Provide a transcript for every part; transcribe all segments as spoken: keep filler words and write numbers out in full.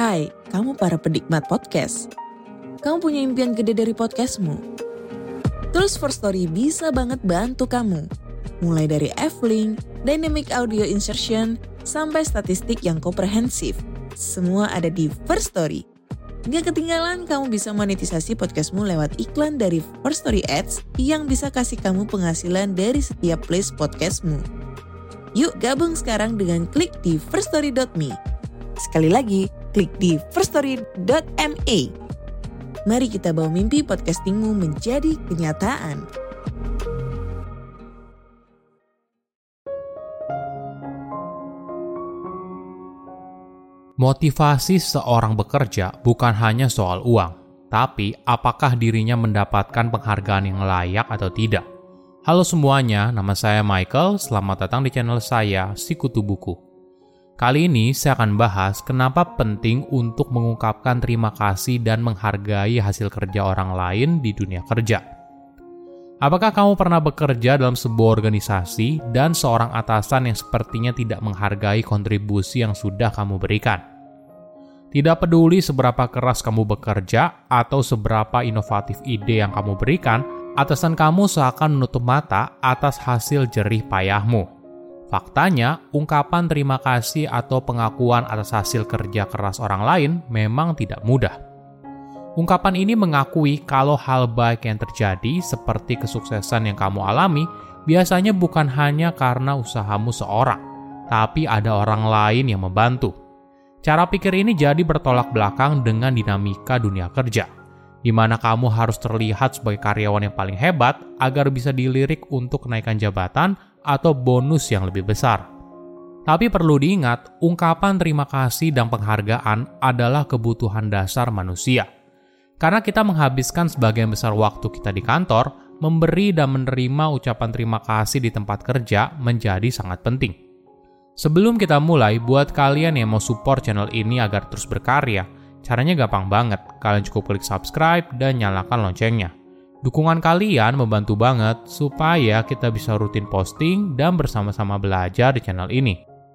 Hai, kamu para penikmat podcast. Kamu punya impian gede dari podcastmu? Tools for Story bisa banget bantu kamu. Mulai dari F-Link, Dynamic Audio Insertion, sampai statistik yang komprehensif. Semua ada di First Story. Gak ketinggalan kamu bisa monetisasi podcastmu lewat iklan dari First Story Ads yang bisa kasih kamu penghasilan dari setiap place podcastmu. Yuk gabung sekarang dengan klik di first story dot me. Sekali lagi, klik di first story dot me. Mari kita bawa mimpi podcastingmu menjadi kenyataan. Motivasi seorang bekerja bukan hanya soal uang, tapi apakah dirinya mendapatkan penghargaan yang layak atau tidak. Halo semuanya, nama saya Michael, selamat datang di channel saya, Sikutu Buku. Kali ini saya akan bahas kenapa penting untuk mengungkapkan terima kasih dan menghargai hasil kerja orang lain di dunia kerja. Apakah kamu pernah bekerja dalam sebuah organisasi dan seorang atasan yang sepertinya tidak menghargai kontribusi yang sudah kamu berikan? Tidak peduli seberapa keras kamu bekerja atau seberapa inovatif ide yang kamu berikan, atasan kamu seakan menutup mata atas hasil jerih payahmu. Faktanya, ungkapan terima kasih atau pengakuan atas hasil kerja keras orang lain memang tidak mudah. Ungkapan ini mengakui kalau hal baik yang terjadi seperti kesuksesan yang kamu alami biasanya bukan hanya karena usahamu seorang, tapi ada orang lain yang membantu. Cara pikir ini jadi bertolak belakang dengan dinamika dunia kerja, di mana kamu harus terlihat sebagai karyawan yang paling hebat agar bisa dilirik untuk kenaikan jabatan atau bonus yang lebih besar. Tapi perlu diingat, ungkapan terima kasih dan penghargaan adalah kebutuhan dasar manusia. Karena kita menghabiskan sebagian besar waktu kita di kantor, memberi dan menerima ucapan terima kasih di tempat kerja menjadi sangat penting. Sebelum kita mulai, buat kalian yang mau support channel ini agar terus berkarya, caranya gampang banget. Kalian cukup klik subscribe dan nyalakan loncengnya. Dukungan kalian membantu banget supaya kita bisa rutin posting dan bersama-sama belajar di channel ini.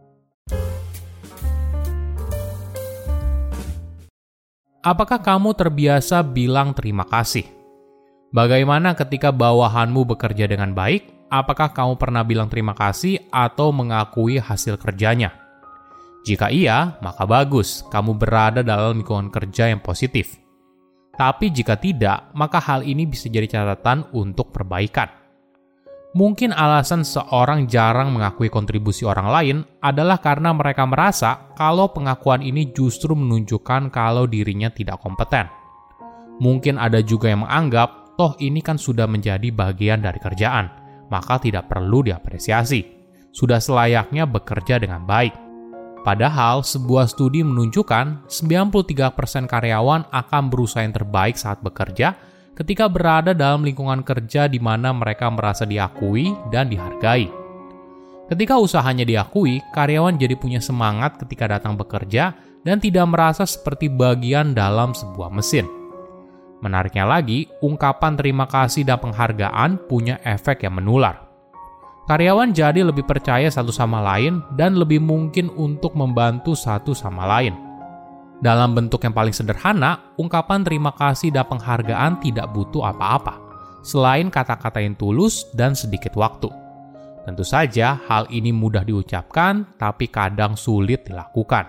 Apakah kamu terbiasa bilang terima kasih? Bagaimana ketika bawahanmu bekerja dengan baik? Apakah kamu pernah bilang terima kasih atau mengakui hasil kerjanya? Jika iya, maka bagus, kamu berada dalam lingkungan kerja yang positif. Tapi jika tidak, maka hal ini bisa jadi catatan untuk perbaikan. Mungkin alasan seorang jarang mengakui kontribusi orang lain adalah karena mereka merasa kalau pengakuan ini justru menunjukkan kalau dirinya tidak kompeten. Mungkin ada juga yang menganggap, toh ini kan sudah menjadi bagian dari kerjaan, maka tidak perlu diapresiasi. Sudah selayaknya bekerja dengan baik. Padahal, sebuah studi menunjukkan sembilan puluh tiga persen karyawan akan berusaha yang terbaik saat bekerja ketika berada dalam lingkungan kerja di mana mereka merasa diakui dan dihargai. Ketika usahanya diakui, karyawan jadi punya semangat ketika datang bekerja dan tidak merasa seperti bagian dalam sebuah mesin. Menariknya lagi, ungkapan terima kasih dan penghargaan punya efek yang menular. Karyawan jadi lebih percaya satu sama lain dan lebih mungkin untuk membantu satu sama lain. Dalam bentuk yang paling sederhana, ungkapan terima kasih dan penghargaan tidak butuh apa-apa, selain kata-kata yang tulus dan sedikit waktu. Tentu saja, hal ini mudah diucapkan, tapi kadang sulit dilakukan.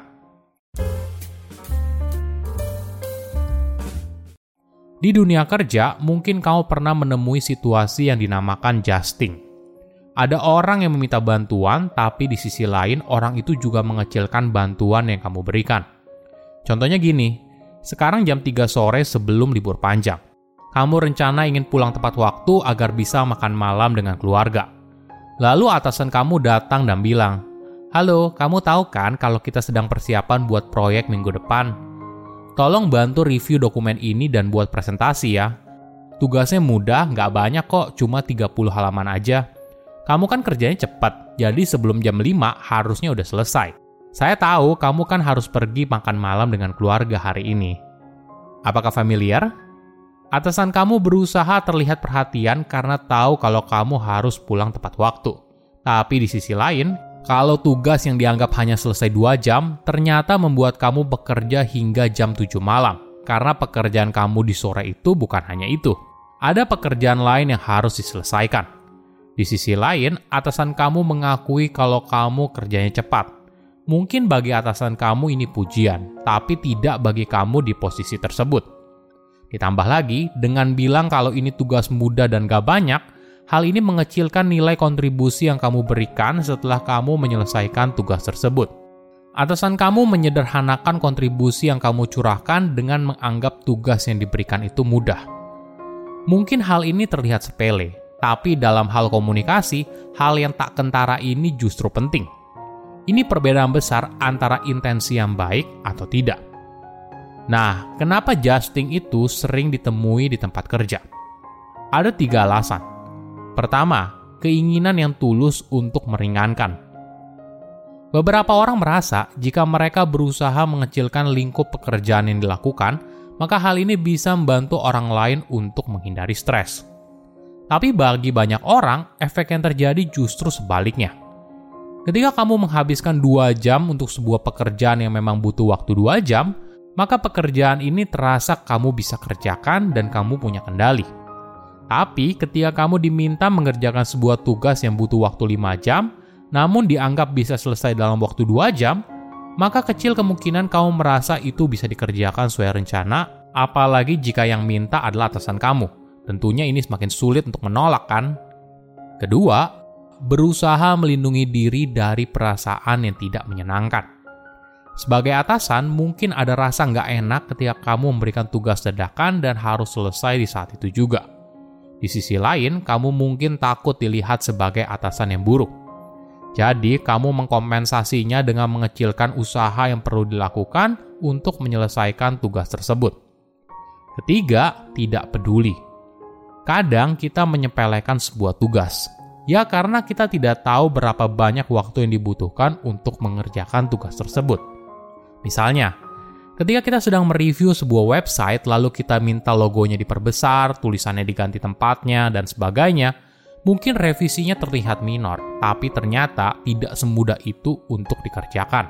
Di dunia kerja, mungkin kamu pernah menemui situasi yang dinamakan justing. Ada orang yang meminta bantuan, tapi di sisi lain orang itu juga mengecilkan bantuan yang kamu berikan. Contohnya gini, sekarang jam tiga sore sebelum libur panjang. Kamu rencana ingin pulang tepat waktu agar bisa makan malam dengan keluarga. Lalu atasan kamu datang dan bilang, "Halo, kamu tahu kan kalau kita sedang persiapan buat proyek minggu depan? Tolong bantu review dokumen ini dan buat presentasi ya. Tugasnya mudah, nggak banyak kok, cuma tiga puluh halaman aja. Kamu kan kerjanya cepat, jadi sebelum jam lima harusnya udah selesai. Saya tahu kamu kan harus pergi makan malam dengan keluarga hari ini." Apakah familiar? Atasan kamu berusaha terlihat perhatian karena tahu kalau kamu harus pulang tepat waktu. Tapi di sisi lain, Kalau tugas yang dianggap hanya selesai dua jam, ternyata membuat kamu bekerja hingga jam tujuh malam. Karena pekerjaan kamu di sore itu bukan hanya itu. Ada pekerjaan lain yang harus diselesaikan. Di sisi lain, atasan kamu mengakui kalau kamu kerjanya cepat. Mungkin bagi atasan kamu ini pujian, tapi tidak bagi kamu di posisi tersebut. Ditambah lagi, dengan bilang kalau ini tugas mudah dan gak banyak, hal ini mengecilkan nilai kontribusi yang kamu berikan setelah kamu menyelesaikan tugas tersebut. Atasan kamu menyederhanakan kontribusi yang kamu curahkan dengan menganggap tugas yang diberikan itu mudah. Mungkin hal ini terlihat sepele, tapi dalam hal komunikasi, hal yang tak kentara ini justru penting. Ini perbedaan besar antara intensi yang baik atau tidak. Nah, kenapa justing itu sering ditemui di tempat kerja? Ada tiga alasan. Pertama, keinginan yang tulus untuk meringankan. Beberapa orang merasa jika mereka berusaha mengecilkan lingkup pekerjaan yang dilakukan, maka hal ini bisa membantu orang lain untuk menghindari stres. Tapi bagi banyak orang, efek yang terjadi justru sebaliknya. Ketika kamu menghabiskan dua jam untuk sebuah pekerjaan yang memang butuh waktu dua jam, maka pekerjaan ini terasa kamu bisa kerjakan dan kamu punya kendali. Tapi ketika kamu diminta mengerjakan sebuah tugas yang butuh waktu lima jam, namun dianggap bisa selesai dalam waktu dua jam, maka kecil kemungkinan kamu merasa itu bisa dikerjakan sesuai rencana, apalagi jika yang minta adalah atasan kamu. Tentunya ini semakin sulit untuk menolak, kan? Kedua, berusaha melindungi diri dari perasaan yang tidak menyenangkan. Sebagai atasan, mungkin ada rasa nggak enak ketika kamu memberikan tugas dadakan dan harus selesai di saat itu juga. Di sisi lain, kamu mungkin takut dilihat sebagai atasan yang buruk. Jadi, kamu mengkompensasinya dengan mengecilkan usaha yang perlu dilakukan untuk menyelesaikan tugas tersebut. Ketiga, tidak peduli. Kadang kita menyepelekan sebuah tugas. Ya karena kita tidak tahu berapa banyak waktu yang dibutuhkan untuk mengerjakan tugas tersebut. Misalnya, ketika kita sedang mereview sebuah website lalu kita minta logonya diperbesar, tulisannya diganti tempatnya, dan sebagainya, mungkin revisinya terlihat minor, tapi ternyata tidak semudah itu untuk dikerjakan.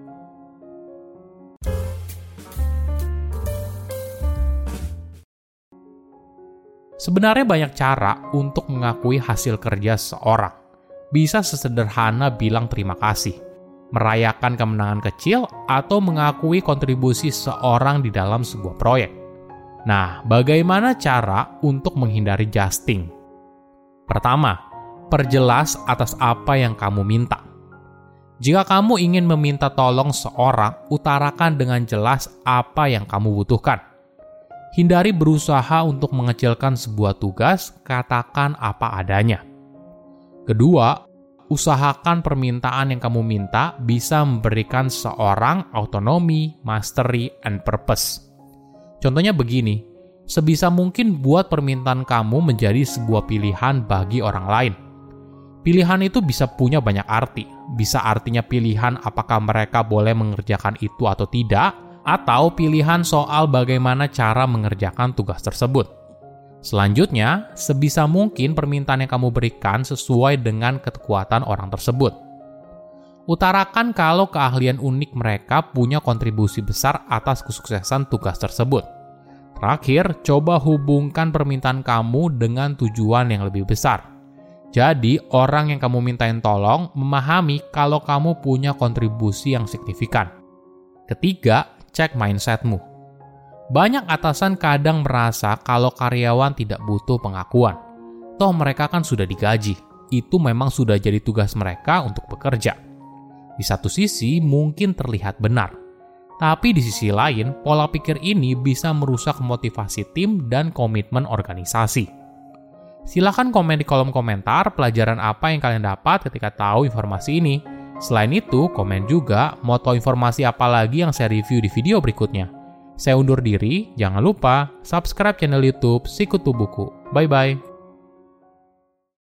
Sebenarnya banyak cara untuk mengakui hasil kerja seseorang. Bisa sesederhana bilang terima kasih, merayakan kemenangan kecil, atau mengakui kontribusi seseorang di dalam sebuah proyek. Nah, bagaimana cara untuk menghindari justing? Pertama, perjelas atas apa yang kamu minta. Jika kamu ingin meminta tolong seorang, utarakan dengan jelas apa yang kamu butuhkan. Hindari berusaha untuk mengecilkan sebuah tugas, katakan apa adanya. Kedua, usahakan permintaan yang kamu minta bisa memberikan seorang autonomi, mastery, and purpose. Contohnya begini, sebisa mungkin buat permintaan kamu menjadi sebuah pilihan bagi orang lain. Pilihan itu bisa punya banyak arti. Bisa artinya pilihan apakah mereka boleh mengerjakan itu atau tidak, atau pilihan soal bagaimana cara mengerjakan tugas tersebut. Selanjutnya, sebisa mungkin permintaan yang kamu berikan sesuai dengan kekuatan orang tersebut. Utarakan kalau keahlian unik mereka punya kontribusi besar atas kesuksesan tugas tersebut. Terakhir, coba hubungkan permintaan kamu dengan tujuan yang lebih besar. Jadi, orang yang kamu mintain tolong memahami kalau kamu punya kontribusi yang signifikan. Ketiga, cek mindsetmu. Banyak atasan kadang merasa kalau karyawan tidak butuh pengakuan. Toh mereka kan sudah digaji. Itu memang sudah jadi tugas mereka untuk bekerja. Di satu sisi mungkin terlihat benar. Tapi di sisi lain, pola pikir ini bisa merusak motivasi tim dan komitmen organisasi. Silahkan komen di kolom komentar pelajaran apa yang kalian dapat ketika tahu informasi ini. Selain itu, komen juga mau tahu informasi apa lagi yang saya review di video berikutnya. Saya undur diri, jangan lupa subscribe channel YouTube Sikutu Buku. Bye-bye.